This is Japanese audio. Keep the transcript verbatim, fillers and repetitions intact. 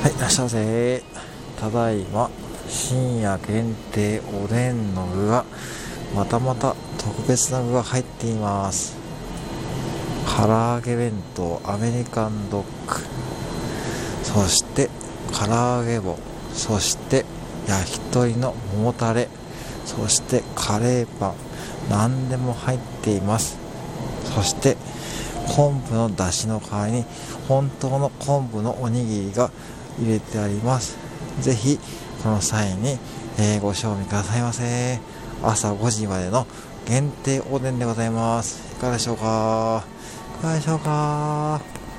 はい、いらっしゃいませ。ただいま深夜限定おでんの具がまたまた特別な具が入っています。唐揚げ弁当、アメリカンドッグ、そして唐揚げ棒、そして焼き鳥の桃タレ、そしてカレーパン、何でも入っています。そして昆布の出汁の代わりに本当の昆布のおにぎりが入れてあります。ぜひこの際に、えーご賞味くださいませ。朝ごじまでの限定おでんでございます。いかがでしょうかいかがでしょうか